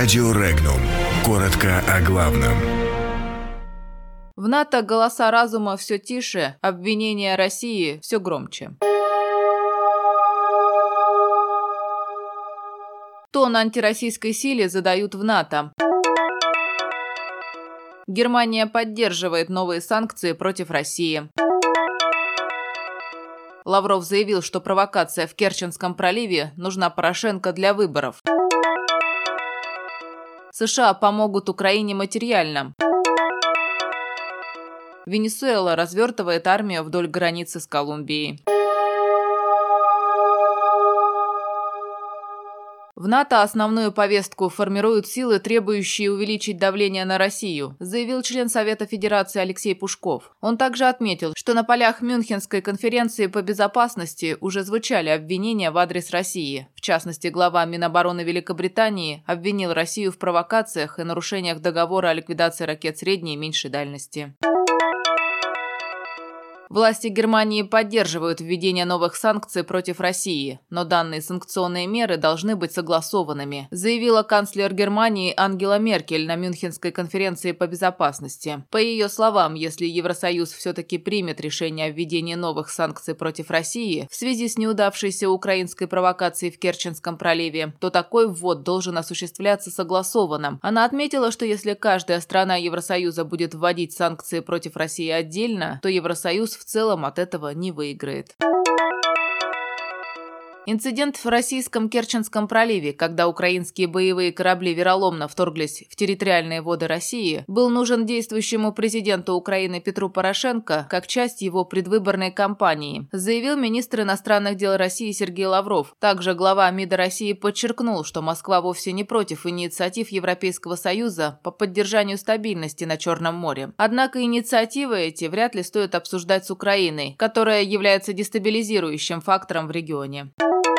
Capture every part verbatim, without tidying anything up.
Радио Регнум. Коротко о главном. В НАТО голоса разума все тише, обвинения России все громче. Тон антироссийской силе задают в НАТО. Германия поддерживает новые санкции против России. Лавров заявил, что провокация в Керченском проливе нужна Порошенко для выборов. США помогут Украине материально. Венесуэла развертывает армию вдоль границы с Колумбией. В НАТО основную повестку формируют силы, требующие увеличить давление на Россию, заявил член Совета Федерации Алексей Пушков. Он также отметил, что на полях Мюнхенской конференции по безопасности уже звучали обвинения в адрес России. В частности, глава Минобороны Великобритании обвинил Россию в провокациях и нарушениях договора о ликвидации ракет средней и меньшей дальности. Власти Германии поддерживают введение новых санкций против России, но данные санкционные меры должны быть согласованными, заявила канцлер Германии Ангела Меркель на Мюнхенской конференции по безопасности. По ее словам, если Евросоюз все-таки примет решение о введении новых санкций против России в связи с неудавшейся украинской провокацией в Керченском проливе, то такой ввод должен осуществляться согласованно. Она отметила, что если каждая страна Евросоюза будет вводить санкции против России отдельно, то Евросоюз в целом от этого не выиграет. Инцидент в российском Керченском проливе, когда украинские боевые корабли вероломно вторглись в территориальные воды России, был нужен действующему президенту Украины Петру Порошенко как часть его предвыборной кампании, заявил министр иностранных дел России Сергей Лавров. Также глава МИДа России подчеркнул, что Москва вовсе не против инициатив Европейского Союза по поддержанию стабильности на Черном море. Однако инициативы эти вряд ли стоит обсуждать с Украиной, которая является дестабилизирующим фактором в регионе.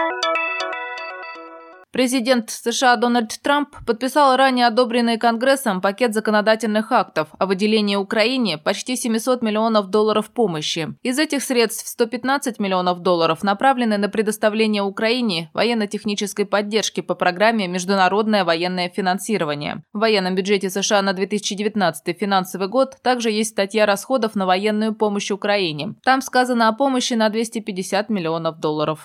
Президент США Дональд Трамп подписал ранее одобренный Конгрессом пакет законодательных актов о выделении Украине почти семьсот миллионов долларов помощи. Из этих средств сто пятнадцать миллионов долларов направлены на предоставление Украине военно-технической поддержки по программе «Международное военное финансирование». В военном бюджете США на две тысячи девятнадцатый финансовый год также есть статья расходов на военную помощь Украине. Там сказано о помощи на двести пятьдесят миллионов долларов.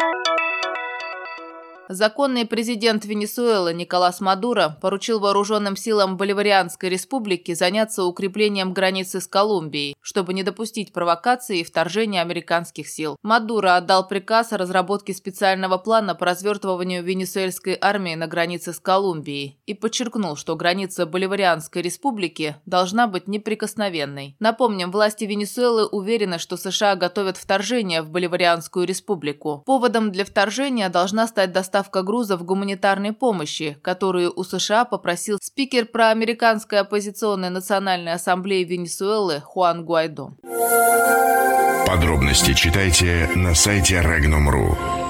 Законный президент Венесуэлы Николас Мадуро поручил вооруженным силам Боливарианской республики заняться укреплением границы с Колумбией, чтобы не допустить провокации и вторжения американских сил. Мадуро отдал приказ о разработке специального плана по развертыванию венесуэльской армии на границе с Колумбией и подчеркнул, что граница Боливарианской республики должна быть неприкосновенной. Напомним, власти Венесуэлы уверены, что США готовят вторжение в Боливарианскую республику. Поводом для вторжения должна стать доставка Доставка грузов гуманитарной помощи, которую у США попросил спикер проамериканской оппозиционной национальной ассамблеи Венесуэлы Хуан Гуайдо. Подробности читайте на сайте регнум точка ру.